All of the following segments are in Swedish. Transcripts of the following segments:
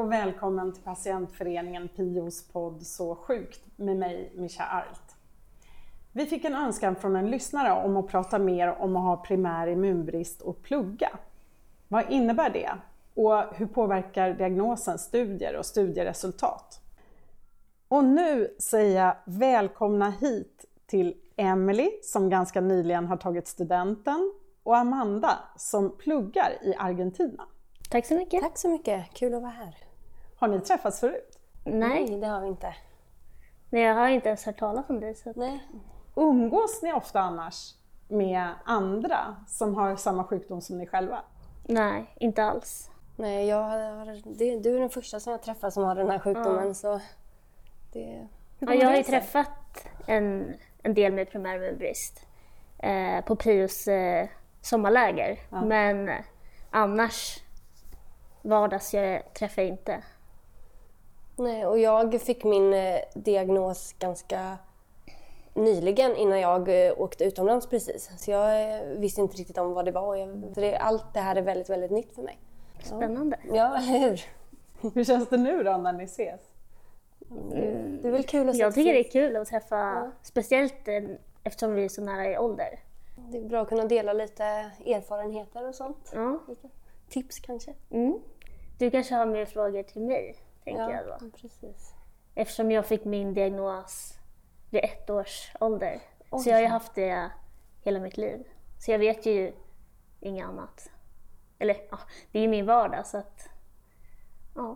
och välkommen till patientföreningen PIOs podd Så sjukt med mig, Mischa Arlt. Vi fick en önskan från en lyssnare om att prata mer om att ha primär immunbrist och plugga. Vad innebär det? Och hur påverkar diagnosen studier och studieresultat? Och nu säger jag välkomna hit till Emily som ganska nyligen har tagit studenten och Amanda som pluggar i Argentina. Tack så mycket. Tack så mycket, kul att vara här. Har ni träffats förut? Nej, det har vi inte. Nej, jag har inte ens hört talas om det. Så. Nej. Umgås ni ofta annars med andra som har samma sjukdom som ni själva? Nej, inte alls. Nej, du är den första som jag träffar som har den här sjukdomen. Så det... Ja, jag har ju träffat en del med primärimmunbrist på PIOs sommarläger. Ja. Men annars vardags jag träffar inte. Nej, och jag fick min diagnos ganska nyligen innan jag åkte utomlands precis. Så jag visste inte riktigt om vad det var. Allt det här är väldigt, väldigt nytt för mig. Spännande. Ja, eller hur? Hur känns det nu då när ni ses? Det är väl kul att Jag tycker det är kul att träffa, speciellt eftersom vi är så nära i ålder. Det är bra att kunna dela lite erfarenheter och sånt. Ja. Lite tips kanske. Mm. Du kanske har mer frågor till mig, tänker jag då. Ja, precis. Eftersom jag fick min diagnos vid 1 års ålder. Så jag har ju haft det hela mitt liv. Så jag vet ju inget annat. Eller ja, det är ju min vardag så att... Ja.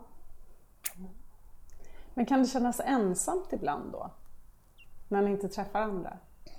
Men kan det kännas ensamt ibland då? När ni inte träffar andra?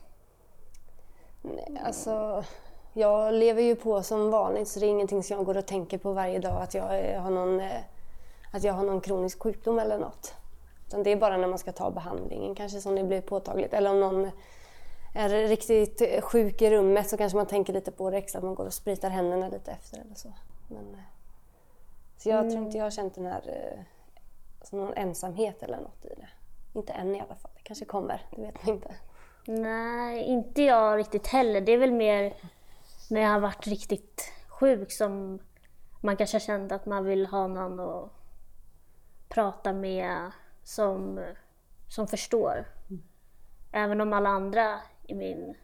Nej, alltså... Jag lever ju på som vanligt så det är ingenting som jag går och tänker på varje dag att jag har någon kronisk sjukdom eller något. Utan det är bara när man ska ta behandlingen kanske som det blir påtagligt. Eller om någon är riktigt sjuk i rummet så kanske man tänker lite på det extra att man går och spritar händerna lite efter eller så. Så jag tror inte jag har känt den här någon ensamhet eller något i det. Inte än i alla fall. Det kanske kommer, det vet man inte. Nej, inte jag riktigt heller. Det är väl mer när jag har varit riktigt sjuk som man kanske känt att man vill ha någon att prata med som förstår. Även om alla andra i min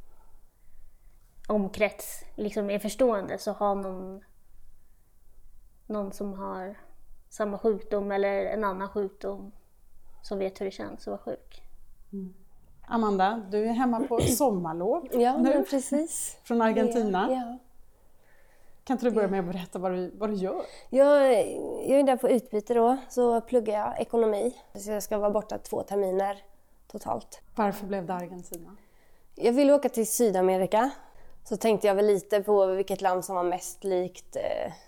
omkrets liksom är förstående så har någon som har samma sjukdom eller en annan sjukdom som vet hur det känns att vara sjuk. Mm. Amanda, du är hemma på sommarlov nu, precis. Från Argentina. Ja. Kan inte du börja med att berätta vad du gör? Jag är där på utbyte då, så pluggar jag ekonomi. Så jag ska vara borta 2 terminer totalt. Varför blev det Argentina? Jag ville åka till Sydamerika. Så tänkte jag väl lite på vilket land som var mest likt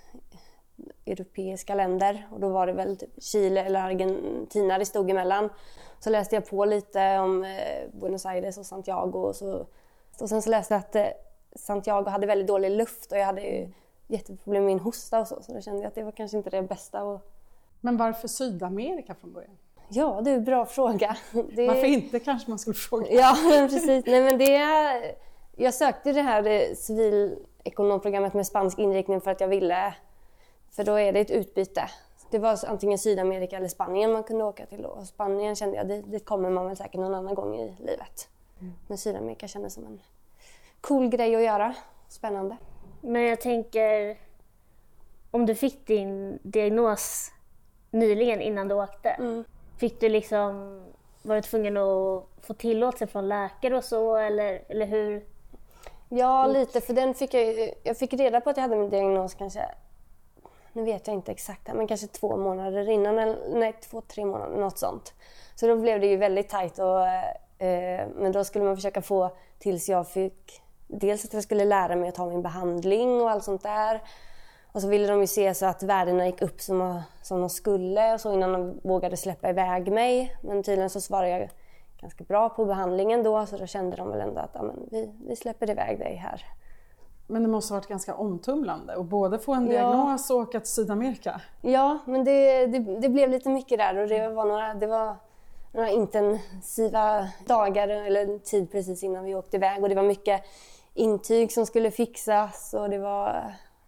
europeiska länder. Och då var det väl typ Chile eller Argentina det stod emellan. Så läste jag på lite om Buenos Aires och Santiago. Och sen så läste jag att Santiago hade väldigt dålig luft och jag hade ju jätteproblem med min hosta och så. Så då kände jag att det var kanske inte det bästa. Men varför Sydamerika från början? Ja, det är en bra fråga. Varför inte kanske man skulle fråga? Ja, precis. Nej, men jag sökte det här civilekonomprogrammet med spansk inriktning för att jag ville. För då är det ett utbyte. Det var antingen Sydamerika eller Spanien man kunde åka till då. Och Spanien kände jag, det kommer man väl säkert någon annan gång i livet. Men Sydamerika kändes som en cool grej att göra. Spännande. Men jag tänker, om du fick din diagnos nyligen innan du åkte. Fick du liksom, var du tvungen att få tillåtelse från läkare och så eller hur? Ja, lite. För jag fick reda på att jag hade min diagnos kanske, nu vet jag inte exakt, men kanske 2 månader innan, nej 2-3 månader, något sånt. Så då blev det ju väldigt tajt men då skulle man försöka få tills jag fick, dels att jag skulle lära mig att ta min behandling och allt sånt där. Och så ville de ju se så att värdena gick upp som de skulle och så innan de vågade släppa iväg mig. Men tydligen så svarade jag ganska bra på behandlingen då så då kände de väl ändå att ja, men vi släpper iväg dig här. Men det måste ha varit ganska omtumlande att både få en diagnos och åka till Sydamerika. Ja, men det blev lite mycket där och det var några intensiva dagar eller tid precis innan vi åkte iväg och det var mycket intyg som skulle fixas och det var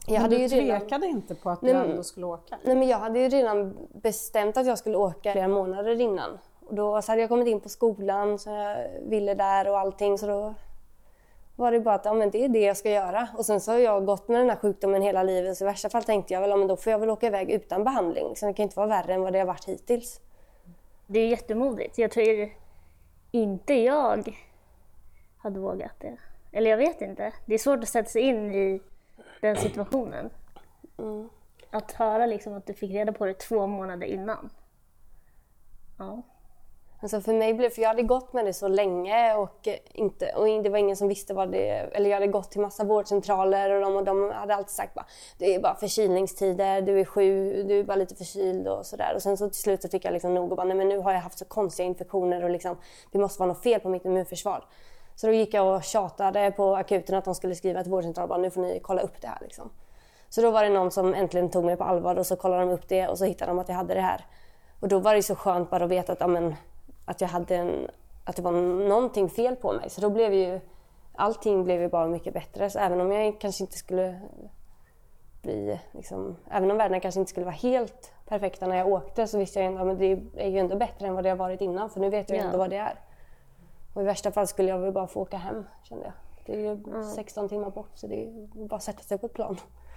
Men du tvekade inte på att du ändå skulle åka? Nej, men jag hade ju redan bestämt att jag skulle åka flera månader innan. Och då så hade jag kommit in på skolan så jag ville där och allting. Så då var det bara att men det är det jag ska göra. Och sen så har jag gått med den här sjukdomen hela livet. Så i värsta fall tänkte jag men då får jag väl åka iväg utan behandling. Liksom, det kan inte vara värre än vad det har varit hittills. Det är jättemodigt. Jag tror inte jag hade vågat det. Eller jag vet inte. Det är svårt att sätta sig in i den situationen. Att höra liksom att du fick reda på det 2 månader innan. Ja. Alltså för mig för jag hade gått med det så länge och det var ingen som visste vad det... Eller jag hade gått till massa vårdcentraler och de hade alltid sagt bara det är bara förkylningstider, du är du är bara lite förkyld och sådär. Och sen så till slut så fick jag liksom nog och bara nej men nu har jag haft så konstiga infektioner och liksom det måste vara något fel på mitt immunförsvar. Så då gick jag och tjatade på akuten att de skulle skriva ett vårdcentral bara nu får ni kolla upp det här liksom. Så då var det någon som äntligen tog mig på allvar och så kollade de upp det och så hittade de att jag hade det här. Och då var det så skönt bara att veta att jag hade att det var någonting fel på mig. Så då blev ju allting blev ju bara mycket bättre. Så även om jag kanske inte skulle bli liksom, även om världen kanske inte skulle vara helt perfekta när jag åkte så visste jag ändå att det är ju ändå bättre än vad det har varit innan för nu vet jag ändå vad det är. Och i värsta fall skulle jag väl bara få åka hem kände jag. Det är ju 16 timmar bort så det är bara att sätta sig på ett plan.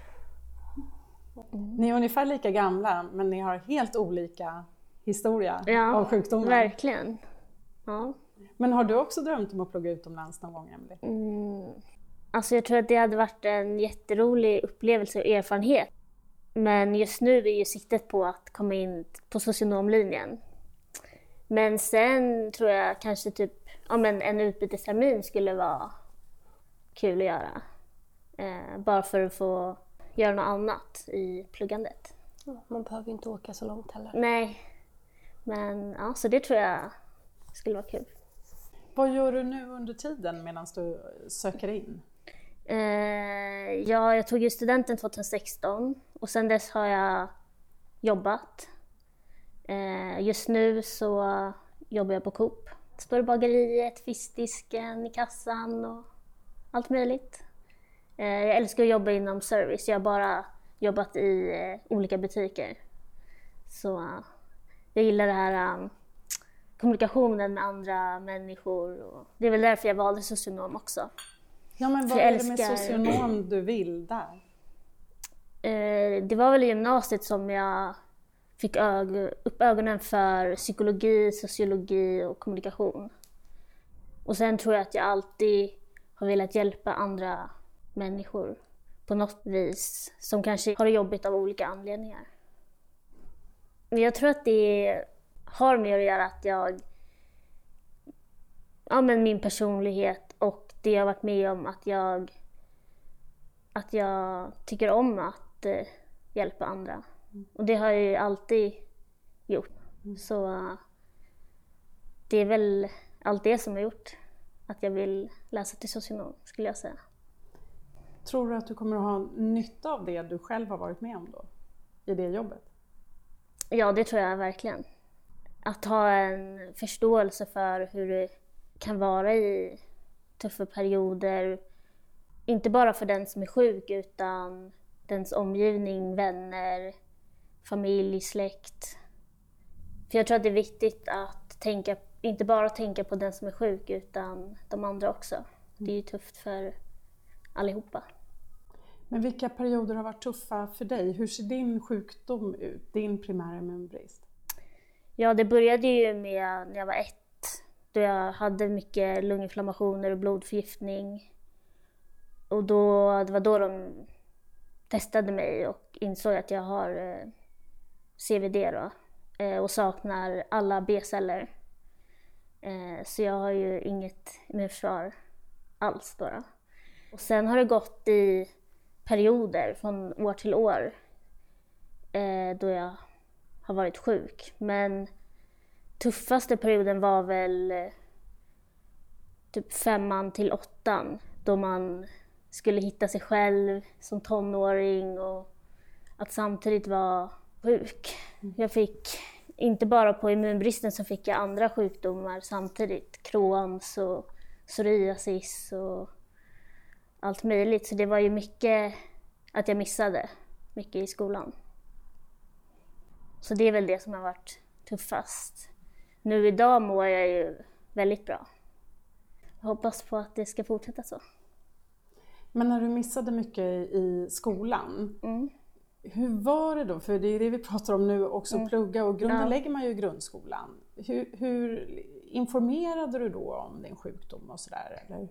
Ni är ungefär lika gamla men ni har helt olika historia av sjukdomen. Verkligen. Ja. Men har du också drömt om att plugga utomlands någon gång, Emelie? Alltså jag tror att det hade varit en jätterolig upplevelse och erfarenhet. Men just nu är ju siktet på att komma in på socionomlinjen. Men sen tror jag kanske typ en utbytestermin skulle vara kul att göra. Bara för att få göra något annat i pluggandet. Man behöver inte åka så långt heller. Nej, men ja, så det tror jag skulle vara kul. Vad gör du nu under tiden medan du söker in? Jag tog ju studenten 2016 och sen dess har jag jobbat. Just nu så jobbar jag på Coop. Står i bageriet, fiskdisken, i kassan och allt möjligt. Jag älskar att jobba inom service. Jag har bara jobbat i olika butiker. Så jag gillar det här kommunikationen med andra människor. Och det är väl därför jag valde socionom också. Ja, men vad är det med socionom du vill där? Det var väl i gymnasiet som jag fick upp ögonen för psykologi, sociologi och kommunikation. Och sen tror jag att jag alltid har velat hjälpa andra människor på något vis som kanske har det jobbigt av olika anledningar. Men jag tror att det har med att göra att min personlighet och det jag har varit med om att jag tycker om att hjälpa andra. Och det har jag ju alltid gjort. Så det är väl allt det som har gjort att jag vill läsa till socionom, skulle jag säga. Tror du att du kommer att ha nytta av det du själv har varit med om då? I det jobbet? Ja, det tror jag verkligen. Att ha en förståelse för hur det kan vara i tuffa perioder. Inte bara för den som är sjuk utan dens omgivning, vänner, familj, släkt. För jag tror att det är viktigt att inte bara tänka på den som är sjuk utan de andra också. Det är ju tufft för allihopa. Men vilka perioder har varit tuffa för dig? Hur ser din sjukdom ut, din primära immunbrist? Ja, det började ju med när jag var 1. Då jag hade mycket lunginflammationer och blodförgiftning. Och det var då de testade mig och insåg att jag har CVD då, och saknar alla B-celler. Så jag har ju inget immunförsvar alls då. Och sen har det gått i perioder från år till år då jag har varit sjuk. Men tuffaste perioden var väl typ 5 till 8 då man skulle hitta sig själv som tonåring och att samtidigt vara sjuk. Jag fick, inte bara på immunbristen så fick jag andra sjukdomar samtidigt. Crohns och psoriasis och allt möjligt. Så det var ju mycket att jag missade mycket i skolan. Så det är väl det som har varit tuffast. Nu idag mår jag ju väldigt bra. Jag hoppas på att det ska fortsätta så. Men när du missade mycket i skolan, hur var det då? För det är det vi pratar om nu också, plugga, och grunden lägger man ju i grundskolan. Hur informerade du då om din sjukdom och sådär, eller?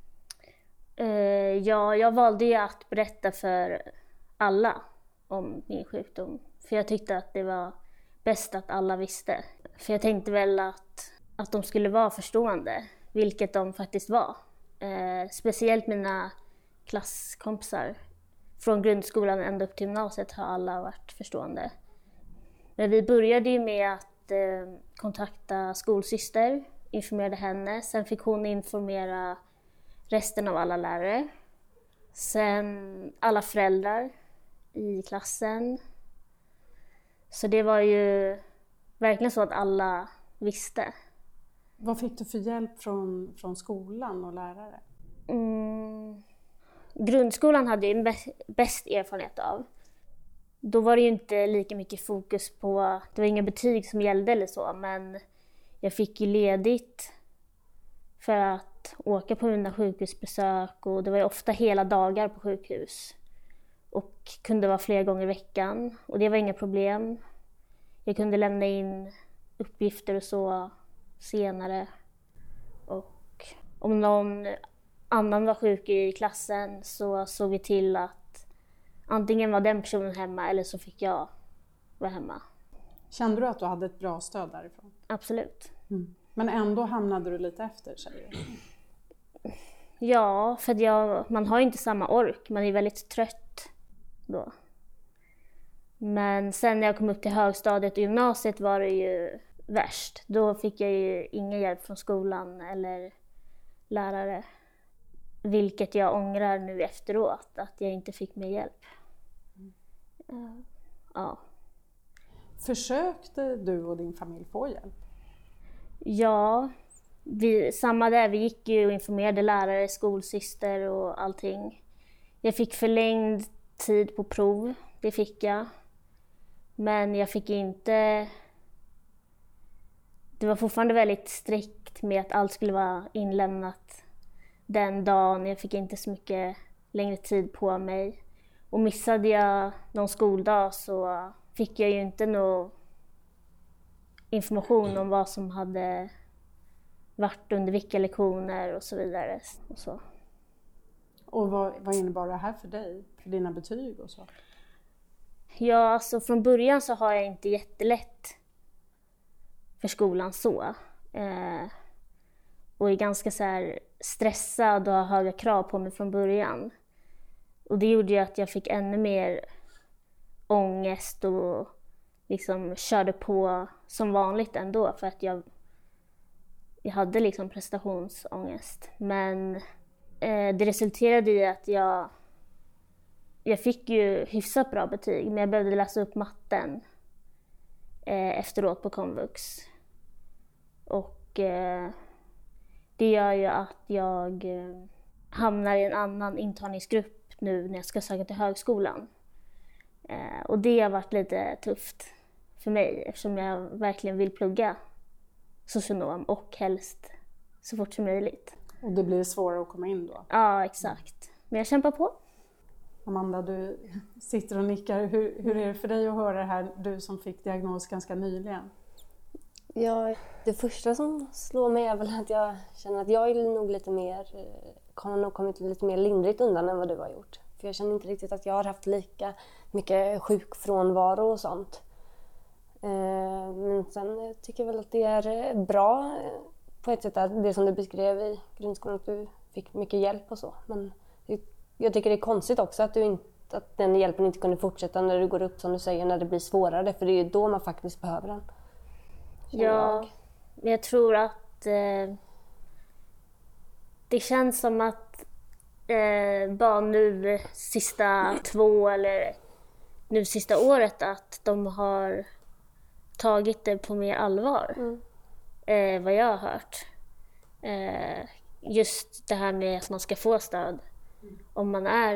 Ja, jag valde ju att berätta för alla om min sjukdom. För jag tyckte att det var bäst att alla visste. För jag tänkte väl att de skulle vara förstående, vilket de faktiskt var. Speciellt mina klasskompisar från grundskolan ända upp till gymnasiet har alla varit förstående. Men vi började ju med att kontakta skolsyster, informerade henne. Sen fick hon informera resten av alla lärare. Sen alla föräldrar i klassen. Så det var ju verkligen så att alla visste. Vad fick du för hjälp från skolan och lärare? Grundskolan hade jag bäst erfarenhet av. Då var det ju inte lika mycket fokus på, det var inga betyg som gällde eller så, men jag fick ju ledigt för att åka på mina sjukhusbesök, och det var ju ofta hela dagar på sjukhus och kunde vara flera gånger i veckan, och det var inga problem. Jag kunde lämna in uppgifter och så senare, och om någon annan var sjuk i klassen så såg vi till att antingen var den personen hemma eller så fick jag vara hemma. Kände du att du hade ett bra stöd därifrån? Absolut. Men ändå hamnade du lite efter, säger du? Ja, för man har ju inte samma ork. Man är väldigt trött då. Men sen när jag kom upp till högstadiet och gymnasiet var det ju värst. Då fick jag ju ingen hjälp från skolan eller lärare. Vilket jag ångrar nu efteråt, att jag inte fick mer hjälp. Ja. Försökte du och din familj få hjälp? Ja, samma där. Vi gick ju och informerade lärare, skolsyster och allting. Jag fick förlängd tid på prov, det fick jag. Men jag fick inte... Det var fortfarande väldigt strikt med att allt skulle vara inlämnat den dagen. Jag fick inte så mycket längre tid på mig. Och missade jag någon skoldag så fick jag ju inte någon information om vad som hade varit under vilka lektioner och så vidare. Och så. Och vad innebar det här för dig? För dina betyg och så? Ja, alltså från början så har jag inte jättelätt för skolan så. Och är ganska så här stressad och har höga krav på mig från början. Och det gjorde ju att jag fick ännu mer ångest och liksom körde på som vanligt ändå, för att jag hade liksom prestationsångest. Men det resulterade i att jag fick ju hyfsat bra betyg, men jag behövde läsa upp matten efteråt på komvux. Och det gör ju att jag hamnar i en annan intagningsgrupp nu när jag ska söka till högskolan. Och det har varit lite tufft för mig, eftersom jag verkligen vill plugga socionom och helst så fort som möjligt. Och det blir svårare att komma in då? Ja, exakt. Men jag kämpar på. Amanda, du sitter och nickar. Hur är det för dig att höra det här, du som fick diagnos ganska nyligen? Ja, det första som slår mig är väl att jag känner att jag är nog har nog kommit lite mer lindrigt undan än vad du har gjort. För jag känner inte riktigt att jag har haft lika mycket sjukfrånvaro och sånt. Men sen tycker jag väl att det är bra på ett sätt, att det som du beskrev i grundskolan, att du fick mycket hjälp och så. Men jag tycker det är konstigt också att den hjälpen inte kunde fortsätta när du går upp, som du säger, när det blir svårare. För det är ju då man faktiskt behöver den. Ja, men jag tror att det känns som att bara nu sista 2 eller nu sista året att de har tagit det på mer allvar. Vad jag har hört. Just det här med att man ska få stöd om man är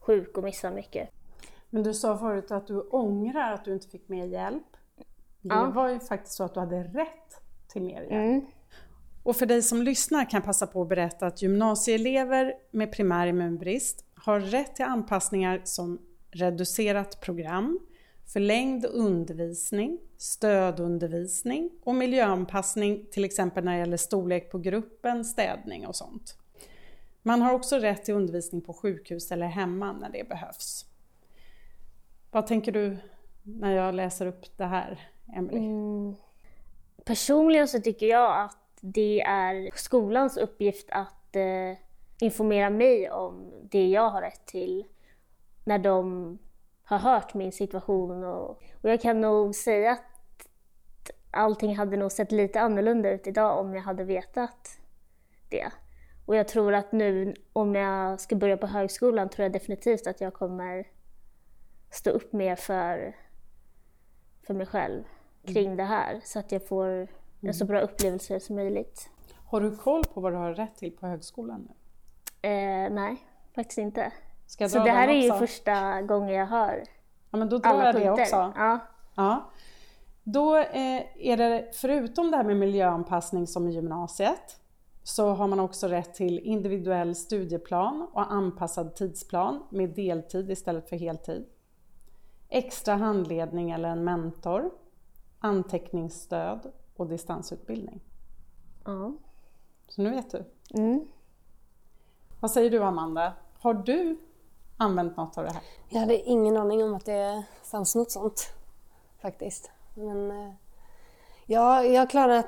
sjuk och missar mycket. Men du sa förut att du ångrar att du inte fick mer hjälp. Det var ju faktiskt så att du hade rätt till mer hjälp. Och för dig som lyssnar kan jag passa på att berätta att gymnasieelever med primär immunbrist har rätt till anpassningar som reducerat program, förlängd undervisning, stödundervisning och miljöanpassning, till exempel när det gäller storlek på gruppen, städning och sånt. Man har också rätt till undervisning på sjukhus eller hemma när det behövs. Vad tänker du när jag läser upp det här, Emelie? Personligen så tycker jag att det är skolans uppgift att informera mig om det jag har rätt till när de har hört min situation. Och jag kan nog säga att allting hade nog sett lite annorlunda ut idag om jag hade vetat det. Och jag tror att nu om jag ska börja på högskolan tror jag definitivt att jag kommer stå upp mer för mig själv kring det här. Så att jag får en så bra upplevelse som möjligt. Har du koll på vad du har rätt till på högskolan nu? Nej, faktiskt inte. Ska jag så dra det här den är ju också? första gången jag hör Ja, men då drar alla jag det punkter. också. Ja. Då är det, förutom det här med miljöanpassning som i gymnasiet, så har man också rätt till individuell studieplan och anpassad tidsplan med deltid istället för heltid. Extra handledning eller en mentor, anteckningsstöd och distansutbildning. Ja. Så nu vet du. Mm. Vad säger du, Amanda? Har du använt något av det här? Jag hade ingen aning om att det fanns något sånt faktiskt. Men jag har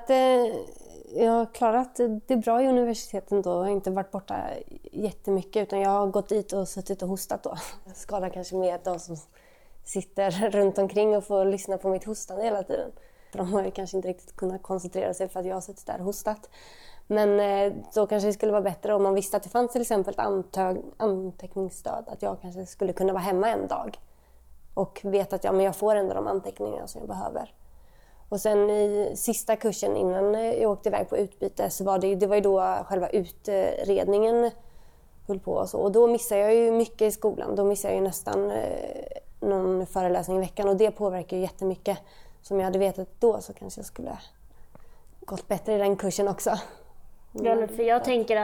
klarat det bra i universiteten då. Jag har inte varit borta jättemycket utan jag har gått dit och suttit och hostat då. Jag skadar kanske mer de som sitter runt omkring och får lyssna på mitt hostande hela tiden. För de har ju kanske inte riktigt kunnat koncentrera sig för att jag har suttit där och hostat. Men då kanske det skulle vara bättre om man visste att det fanns till exempel ett anteckningsstöd. Att jag kanske skulle kunna vara hemma en dag. Och veta att men jag får ändå de anteckningar som jag behöver. Och sen i sista kursen innan jag åkte iväg på utbyte så var det var ju då själva utredningen höll på och så. Och då missade jag ju mycket i skolan. Då missade jag ju nästan någon föreläsning i veckan. Och det påverkar ju jättemycket. Som jag hade vetat då så kanske jag skulle gått bättre i den kursen också. Ja, för jag tänker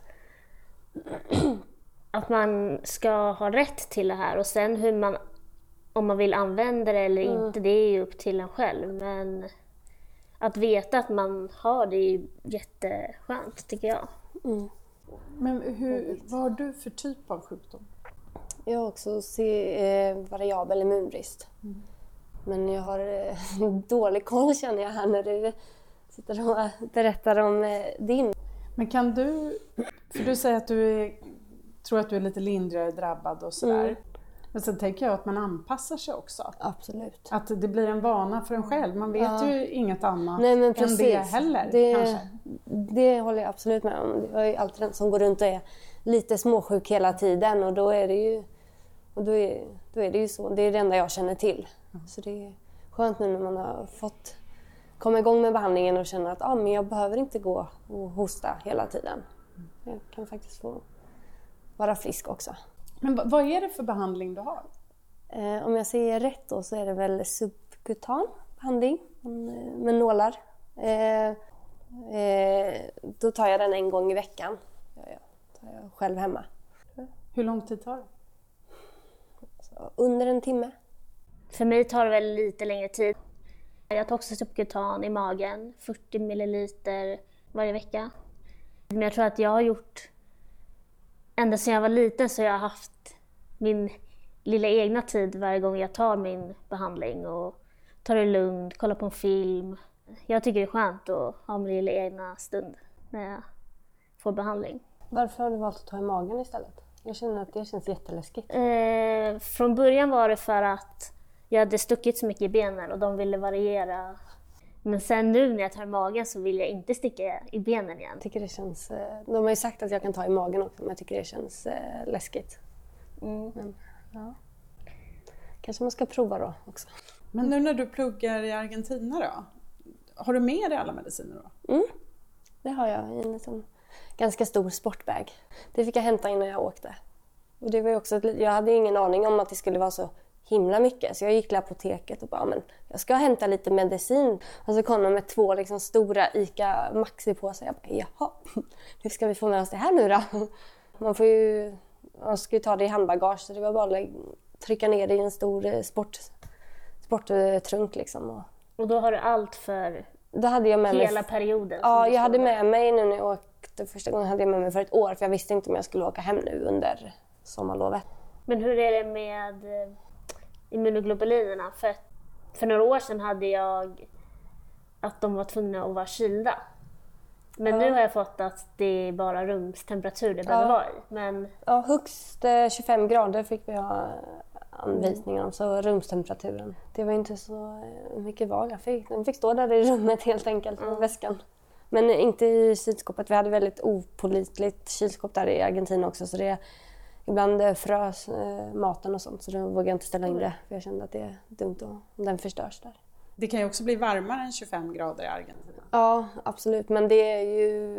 att man ska ha rätt till det här och sen om man vill använda det eller inte, det är ju upp till en själv. Men att veta att man har det är ju jätteskönt tycker jag. Mm. Men vad har du för typ av sjukdom? Jag har också variabel immunbrist. Mm. Men jag har dålig koll känner jag här när du sitter och berättar om din. Men kan du, för du säger att du tror att du är lite lindrigare drabbad och sådär. Men sen tänker jag att man anpassar sig också. Absolut. Att det blir en vana för en själv. Man vet ju inget annat än det heller. Kanske. Det håller jag absolut med om. Det är ju alltid den som går runt och är lite småsjuk hela tiden. Och då är det ju, så. Det är det enda jag känner till. Så det är skönt nu när man har fått komma igång med behandlingen och känna att men jag behöver inte gå och hosta hela tiden. Jag kan faktiskt få vara frisk också. Men vad är det för behandling du har? Om jag säger rätt då så är det väl subkutan behandling med nålar. Då tar jag den en gång i veckan. Tar jag själv hemma. Hur lång tid tar det? Så under en timme. För mig tar det väl lite längre tid. Jag tar också subkutan i magen, 40 milliliter varje vecka. Men jag tror att jag har gjort, ända sedan jag var liten så har jag haft min lilla egna tid varje gång jag tar min behandling och tar det lugnt, kollar på en film. Jag tycker det är skönt att ha min lilla egna stund när jag får behandling. Varför har du valt att ta i magen istället? Jag känner att det känns jätteläskigt. Från början var det för att jag hade stuckit så mycket i benen och de ville variera. Men sen nu när jag tar i magen så vill jag inte sticka i benen igen. Jag tycker det känns, de har ju sagt att jag kan ta i magen också men jag tycker det känns läskigt. Men, ja. Kanske man ska prova då också. Men nu när du pluggar i Argentina då? Har du med dig alla mediciner då? Det har jag i en ganska stor sportbag. Det fick jag hämta innan jag åkte. Och det var ju också, jag hade ingen aning om att det skulle vara så himla mycket. Så jag gick till apoteket och bara, men jag ska hämta lite medicin. Och så kom de med 2 liksom stora ICA Maxi-påsar. Jag bara, jaha, hur ska vi få med oss det här nu då? Man ska ju ta det i handbagage, så det var bara att trycka ner det i en stor sporttrunk liksom. Och då har du allt för då hade jag med hela perioden? Ja, jag hade med mig nu när jag åkte första gången hade jag med mig för ett år. För jag visste inte om jag skulle åka hem nu under sommarlovet. Men hur är det med immunoglobulinerna? För några år sedan hade jag att de var tvungna att vara kylda. Men nu har jag fått att det är bara rumstemperatur det behöver vara i. Men... Ja, högst 25 grader fick vi ha anvisningar om, så rumstemperaturen. Det var inte så mycket val. Den fick stå där i rummet helt enkelt, med väskan. Men inte i kylskåpet. Vi hade väldigt opålitligt kylskåp där i Argentina också, så det ibland frös maten och sånt, så då vågade jag inte ställa in det. För jag kände att det är dumt om den förstörs där. Det kan ju också bli varmare än 25 grader i Argentina. Ja, absolut. Men det är ju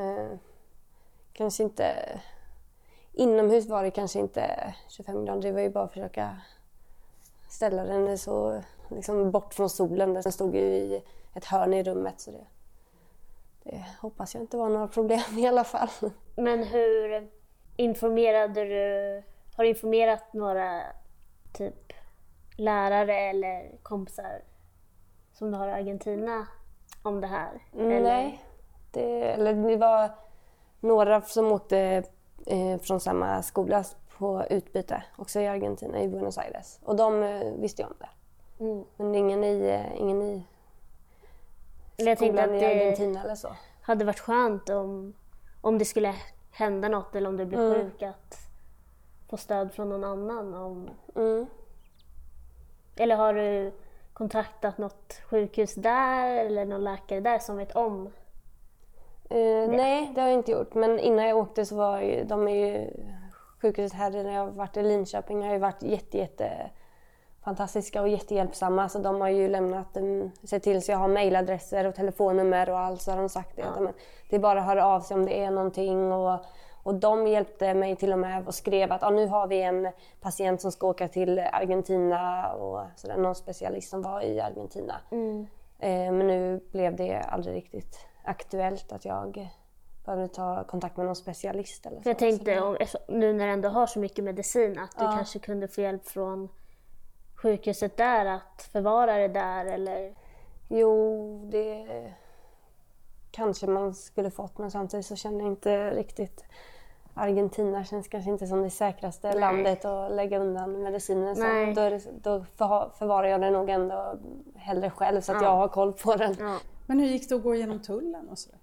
kanske inte... Inomhus var det kanske inte 25 grader. Det var ju bara att försöka ställa den så liksom bort från solen. Den stod ju i ett hörn i rummet, så det hoppas jag inte var några problem i alla fall. Men hur informerade du? Har du informerat några typ lärare eller kompisar som du har i Argentina om det här? Nej, det var några som åkte från samma skola på utbyte också i Argentina, i Buenos Aires. Och de visste ju om det. Men ingen i skolan i Argentina eller så. Hade varit skönt om det skulle hända något eller om du blir sjuk att få stöd från någon annan. Eller har du kontaktat något sjukhus där eller någon läkare där som vet om? Nej, det har jag inte gjort. Men innan jag åkte så var sjukhuset här när jag varit i Linköping har ju varit jätte fantastiska och jättehjälpsamma. Så de har ju lämnat, sett till så jag har mejladresser och telefonnummer och allt, så har de sagt det. Ja. Det är bara att höra av sig om det är någonting. Och de hjälpte mig till och med och skrev att nu har vi en patient som ska åka till Argentina och sådär, någon specialist som var i Argentina. Men nu blev det aldrig riktigt aktuellt att jag behöver ta kontakt med någon specialist. Eller så. Jag tänkte, nu när du ändå har så mycket medicin, att du kanske kunde få hjälp från sjukhuset där att förvara det där, eller? Jo, det kanske man skulle fått, men samtidigt så känner jag inte riktigt. Argentina känns kanske inte som det säkraste landet att lägga undan medicinen. Så då förvarar jag det nog ändå hellre själv så att jag har koll på den. Ja. Men hur gick det att gå igenom tullen och så?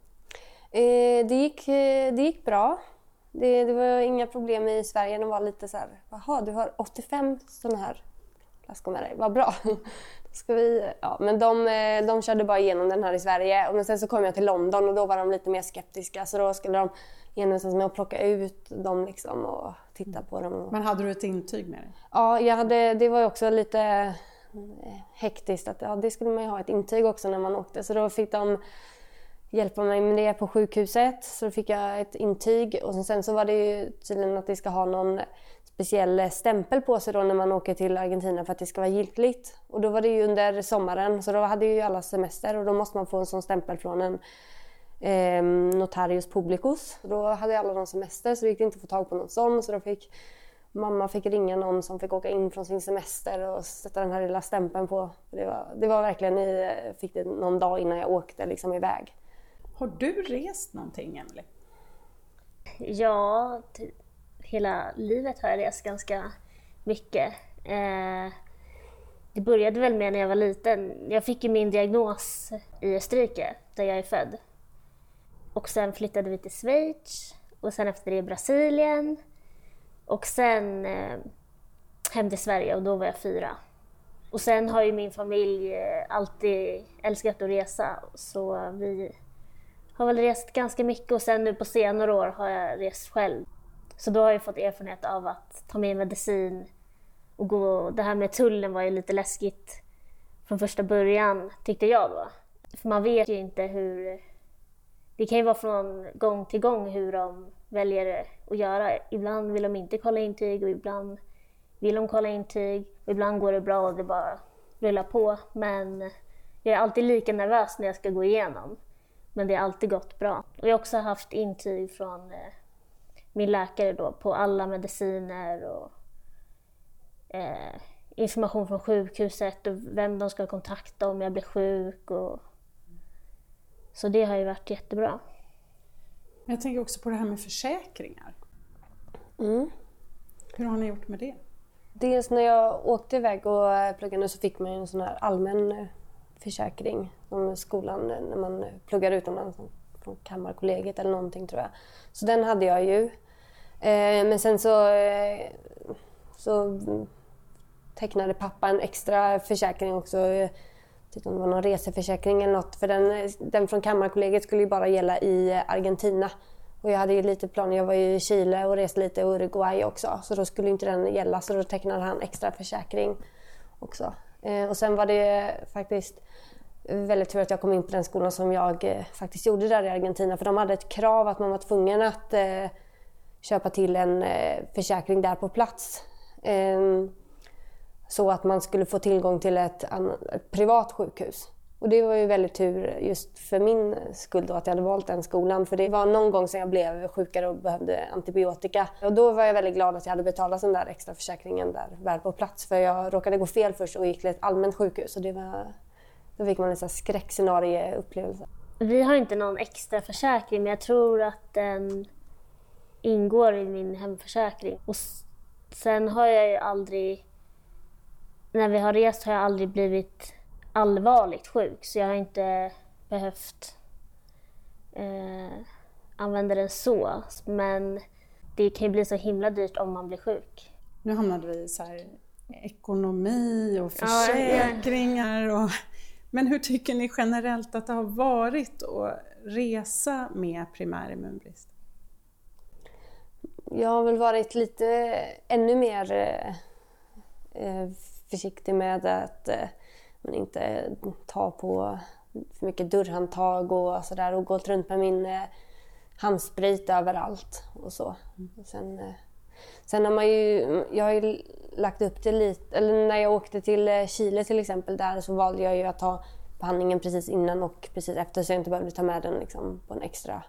Det gick bra. Det var inga problem i Sverige. De var lite så här, jaha, du har 85 sådana här flaskor med dig, vad bra. Ska vi... Ja, men de körde bara igenom den här i Sverige. Men sen så kom jag till London och då var de lite mer skeptiska. Så då skulle de genomföra med att plocka ut dem liksom och titta på dem. Men hade du ett intyg med dig? Ja, det var ju också lite hektiskt. Att, det skulle man ju ha ett intyg också när man åkte. Så då fick de hjälpa mig med det på sjukhuset. Så då fick jag ett intyg. Och sen så var det ju tydligen att det ska ha någon speciell stämpel på sig då när man åker till Argentina för att det ska vara giltigt. Och då var det ju under sommaren, så då hade ju alla semester och då måste man få en sån stämpel från en notarius publicus. Och då hade alla någon semester, så det gick inte att få tag på någon sån, så då mamma fick ringa någon som fick åka in från sin semester och sätta den här lilla stämpeln på. Det var verkligen, fick det någon dag innan jag åkte liksom iväg. Har du rest någonting, Emelie? Ja, hela livet har jag rest ganska mycket. Det började väl med när jag var liten. Jag fick ju min diagnos i Österrike, där jag är född. Och sen flyttade vi till Schweiz. Och sen efter det Brasilien. Och sen hem till Sverige, och då var jag 4. Och sen har ju min familj alltid älskat att resa. Så vi har väl rest ganska mycket. Och sen nu på senare år har jag rest själv. Så då har jag fått erfarenhet av att ta med medicin och gå. Det här med tullen var ju lite läskigt från första början, tyckte jag då. För man vet ju inte hur... Det kan ju vara från gång till gång hur de väljer att göra. Ibland vill de inte kolla intyg och ibland vill de kolla intyg. Och ibland går det bra och det bara rullar på. Men jag är alltid lika nervös när jag ska gå igenom. Men det har alltid gått bra. Och jag har också haft intyg från min läkare då på alla mediciner och information från sjukhuset och vem de ska kontakta om jag blir sjuk. Så det har ju varit jättebra. Jag tänker också på det här med försäkringar. Hur har ni gjort med det? Dels när jag åkte iväg och pluggade så fick man en sån här allmän försäkring som skolan när man pluggar utomlands från Kammarkollegiet eller någonting tror jag. Så den hade jag ju. Men sen så tecknade pappa en extra försäkring också. Jag vet inte om det var någon reseförsäkring eller något. För den från Kammarkollegiet skulle ju bara gälla i Argentina. Och jag hade ju lite planer. Jag var ju i Chile och reste lite i Uruguay också. Så då skulle inte den gälla. Så då tecknade han extra försäkring också. Och sen var det faktiskt väldigt tur att jag kom in på den skolan som jag faktiskt gjorde där i Argentina. För de hade ett krav att man var tvungen att köpa till en försäkring där på plats. Så att man skulle få tillgång till ett privat sjukhus. Och det var ju väldigt tur just för min skull då att jag hade valt den skolan. För det var någon gång som jag blev sjukare och behövde antibiotika. Och då var jag väldigt glad att jag hade betalat den där extra försäkringen där väl på plats. För jag råkade gå fel först och gick till ett allmänt sjukhus. Och då fick man en sån här skräckscenarieupplevelse. Vi har inte någon extra försäkring men jag tror att den ingår i min hemförsäkring. Och sen har jag ju aldrig, när vi har rest har jag aldrig blivit allvarligt sjuk. Så jag har inte behövt använda den så. Men det kan ju bli så himla dyrt om man blir sjuk. Nu hamnade vi i så här ekonomi och försäkringar. Men hur tycker ni generellt att det har varit att resa med primär immunbrist? Jag har väl varit lite ännu mer försiktig med att man inte tar på för mycket dörrhandtag och sådär och gått runt med min handsprit överallt och så. Och sen har jag har ju lagt upp det lite, eller när jag åkte till Chile till exempel där så valde jag ju att ta behandlingen precis innan och precis efter så jag inte behövde ta med den liksom på en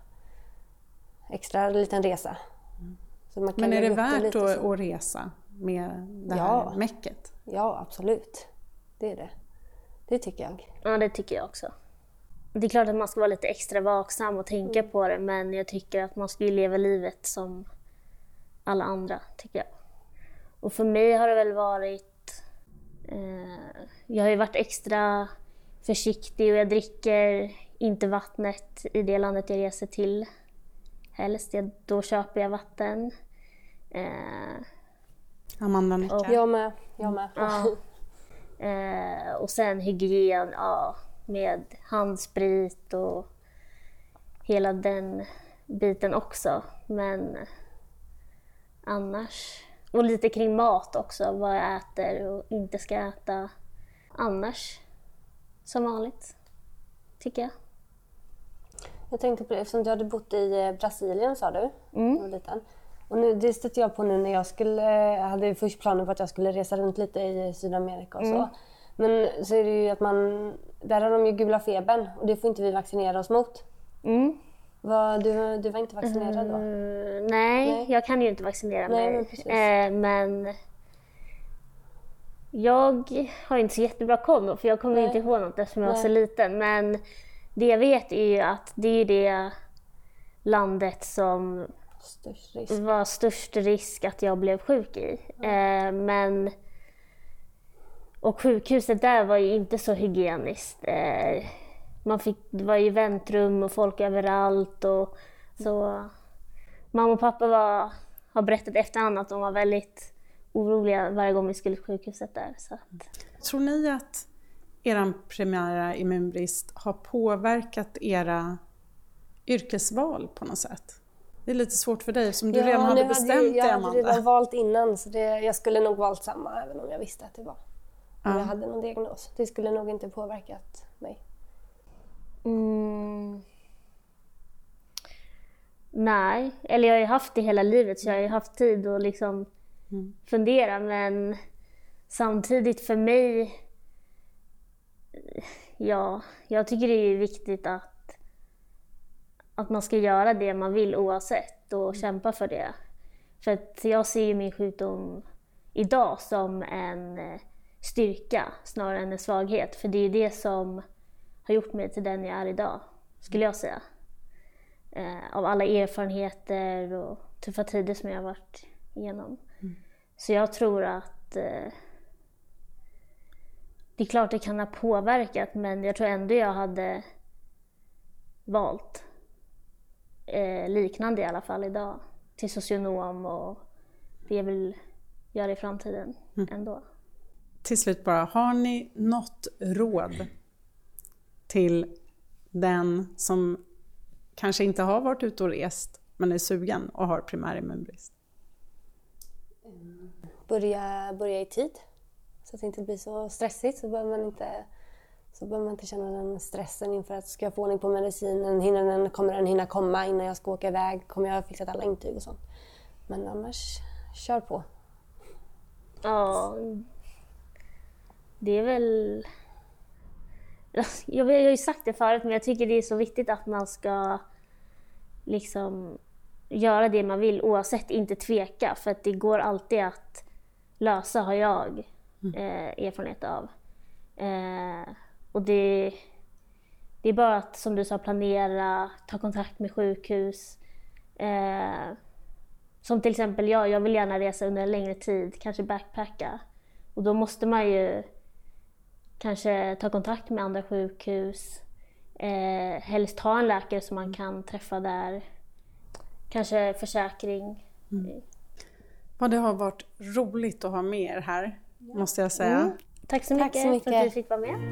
extra liten resa. Så man kan men är det värt att resa med det här mäcket? Ja, absolut. Det är det. Det tycker jag. Ja, det tycker jag också. Det är klart att man ska vara lite extra vaksam och tänka på det. Men jag tycker att man ska ju leva livet som alla andra, tycker jag. Och för mig har det väl varit... jag har ju varit extra försiktig och jag dricker inte vattnet i det landet jag reser till. Helst, då köper jag vatten. Amanda nickar. Jag med. Ja. Och sen hygien med handsprit och hela den biten också. Men annars... Och lite kring mat också, vad jag äter och inte ska äta. Annars, som vanligt, tycker jag. Jag tänkte på det, eftersom du hade bott i Brasilien sa du, var liten. Och nu, det stötte jag på nu när jag hade först planer på att jag skulle resa runt lite i Sydamerika och så. Men så är det ju att där har de ju gula febern och det får inte vi vaccinera oss mot. Du var inte vaccinerad då? Nej, jag kan ju inte vaccinera mig. Men jag har inte så jättebra koll för jag kommer inte ihåg något eftersom jag var så liten. Men det jag vet är ju att det är det landet som var störst risk att jag blev sjuk i. Och sjukhuset där var ju inte så hygieniskt. Det var ju väntrum och folk överallt. Och så mamma och pappa har berättat efterhand att de var väldigt oroliga varje gång vi skulle till sjukhuset där. Så att... Tror ni att er primära immunbrist har påverkat era yrkesval på något sätt? Det är lite svårt för dig som du redan hade bestämt dig, Amanda. Jag hade redan valt innan så jag skulle nog valt samma även om jag visste att det var. Om jag hade någon diagnos. Det skulle nog inte påverkat mig. Nej, eller jag har ju haft det hela livet så jag har ju haft tid att liksom fundera, men samtidigt för mig, ja, jag tycker det är viktigt att man ska göra det man vill oavsett och kämpa för det. För att jag ser ju min sjukdom idag som en styrka snarare än en svaghet. För det är det som har gjort mig till den jag är idag, skulle jag säga. Av alla erfarenheter och tuffa tider som jag har varit igenom. Så jag tror att det är klart det kan ha påverkat, men jag tror ändå jag hade valt liknande i alla fall idag till socionom och det jag vill göra i framtiden ändå. Till slut bara, har ni något råd till den som kanske inte har varit ute och rest men är sugen och har primär immunbrist? Börja i tid så att det inte blir så stressigt, så behöver man inte känna den stressen inför att ska jag få ordning på medicinen, kommer den hinna komma innan jag ska åka iväg, kommer jag ha fixat alla intyg och sånt. Men annars, kör på. Ja, det är väl... Jag har ju sagt det förut, men jag tycker det är så viktigt att man ska liksom göra det man vill oavsett, inte tveka. För att det går alltid att lösa, har jag erfarenhet av. Och det är bara att, som du sa, planera, ta kontakt med sjukhus. Som till exempel jag vill gärna resa under en längre tid, kanske backpacka. Och då måste man ju kanske ta kontakt med andra sjukhus. Helst ha en läkare som man kan träffa där. Kanske försäkring. Ja, det har varit roligt att ha med er här, måste jag säga. Tack så mycket för att du fick vara med.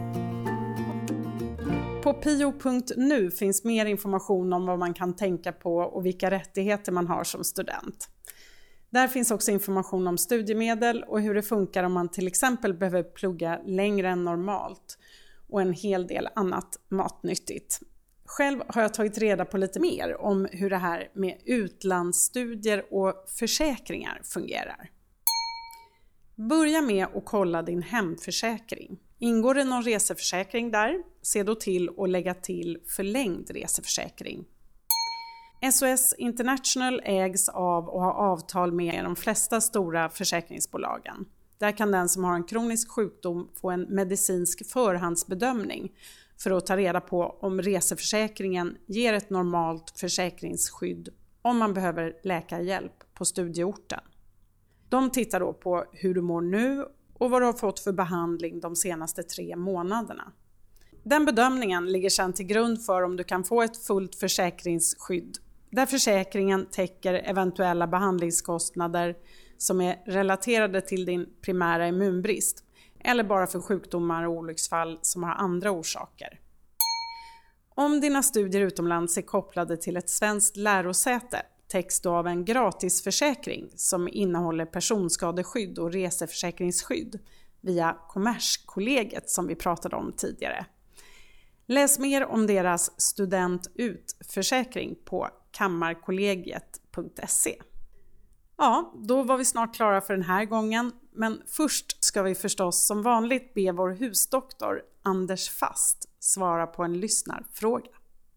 På pio.nu finns mer information om vad man kan tänka på och vilka rättigheter man har som student. Där finns också information om studiemedel och hur det funkar om man till exempel behöver plugga längre än normalt och en hel del annat matnyttigt. Själv har jag tagit reda på lite mer om hur det här med utlandsstudier och försäkringar fungerar. Börja med att kolla din hemförsäkring. Ingår det någon reseförsäkring där? Se då till att lägga till förlängd reseförsäkring. SOS International ägs av och har avtal med de flesta stora försäkringsbolagen. Där kan den som har en kronisk sjukdom få en medicinsk förhandsbedömning för att ta reda på om reseförsäkringen ger ett normalt försäkringsskydd om man behöver läkarhjälp på studieorten. De tittar då på hur du mår nu och vad du har fått för behandling de senaste 3 månaderna. Den bedömningen ligger sedan till grund för om du kan få ett fullt försäkringsskydd där försäkringen täcker eventuella behandlingskostnader som är relaterade till din primära immunbrist eller bara för sjukdomar och olycksfall som har andra orsaker. Om dina studier utomlands är kopplade till ett svenskt lärosäte täcks du av en gratisförsäkring som innehåller personskadeskydd och reseförsäkringsskydd via Kommerskollegiet som vi pratade om tidigare. Läs mer om deras studentutförsäkring på kammarkollegiet.se. Ja, då var vi snart klara för den här gången, men först ska vi förstås som vanligt be vår husdoktor Anders Fast svara på en lyssnarfråga.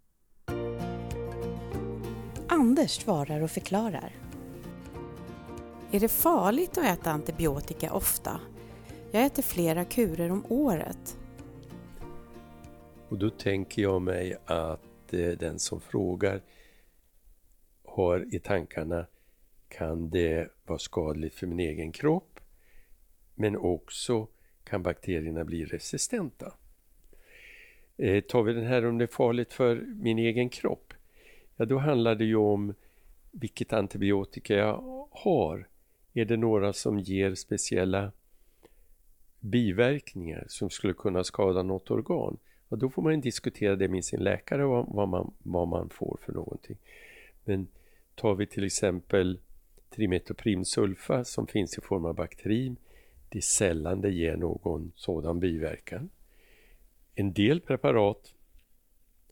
Anders svarar och förklarar. Är det farligt att äta antibiotika ofta? Jag äter flera kurer om året. Och då tänker jag mig att den som frågar har i tankarna, kan det vara skadligt för min egen kropp? Men också kan bakterierna bli resistenta. Tar vi den här om det är farligt för min egen kropp? Ja, då handlar det ju om vilket antibiotika jag har. Är det några som ger speciella biverkningar som skulle kunna skada något organ? Och då får man diskutera det med sin läkare vad man får för någonting. Men tar vi till exempel trimetoprimsulfa som finns i form av Bactrim, det är sällan det ger någon sådan biverkan. En del preparat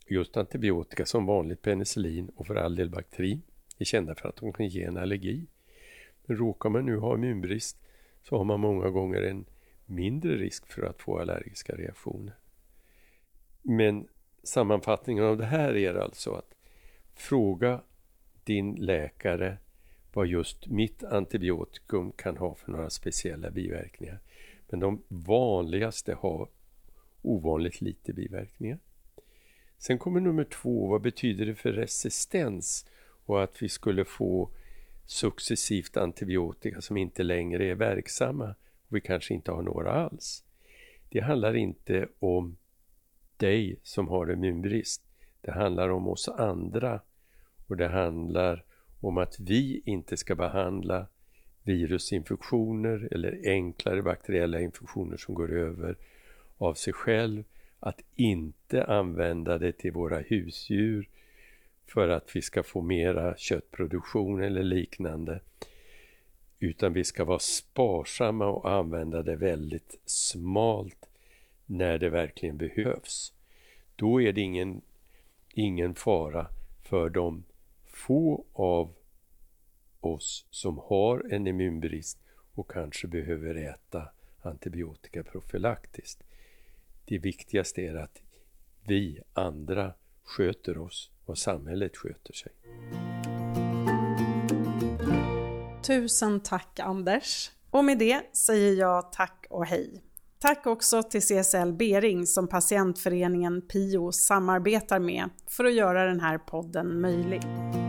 Just antibiotika som vanligt penicillin och för all del Bactrim är kända för att de kan ge en allergi. Men råkar man nu ha immunbrist så har man många gånger en mindre risk för att få allergiska reaktioner. Men sammanfattningen av det här är alltså att fråga din läkare vad just mitt antibiotikum kan ha för några speciella biverkningar. Men de vanligaste har ovanligt lite biverkningar. Sen kommer nummer 2, vad betyder det för resistens och att vi skulle få successivt antibiotika som inte längre är verksamma och vi kanske inte har några alls. Det handlar inte om dig som har immunbrist. Det handlar om oss andra och det handlar om att vi inte ska behandla virusinfektioner eller enklare bakteriella infektioner som går över av sig själv. Att inte använda det till våra husdjur för att vi ska få mera köttproduktion eller liknande. Utan vi ska vara sparsamma och använda det väldigt smalt när det verkligen behövs. Då är det ingen fara för de få av oss som har en immunbrist och kanske behöver äta antibiotika profylaktiskt. Det viktigaste är att vi andra sköter oss och samhället sköter sig. Tusen tack Anders. Och med det säger jag tack och hej. Tack också till CSL Bering som patientföreningen PIO samarbetar med för att göra den här podden möjlig.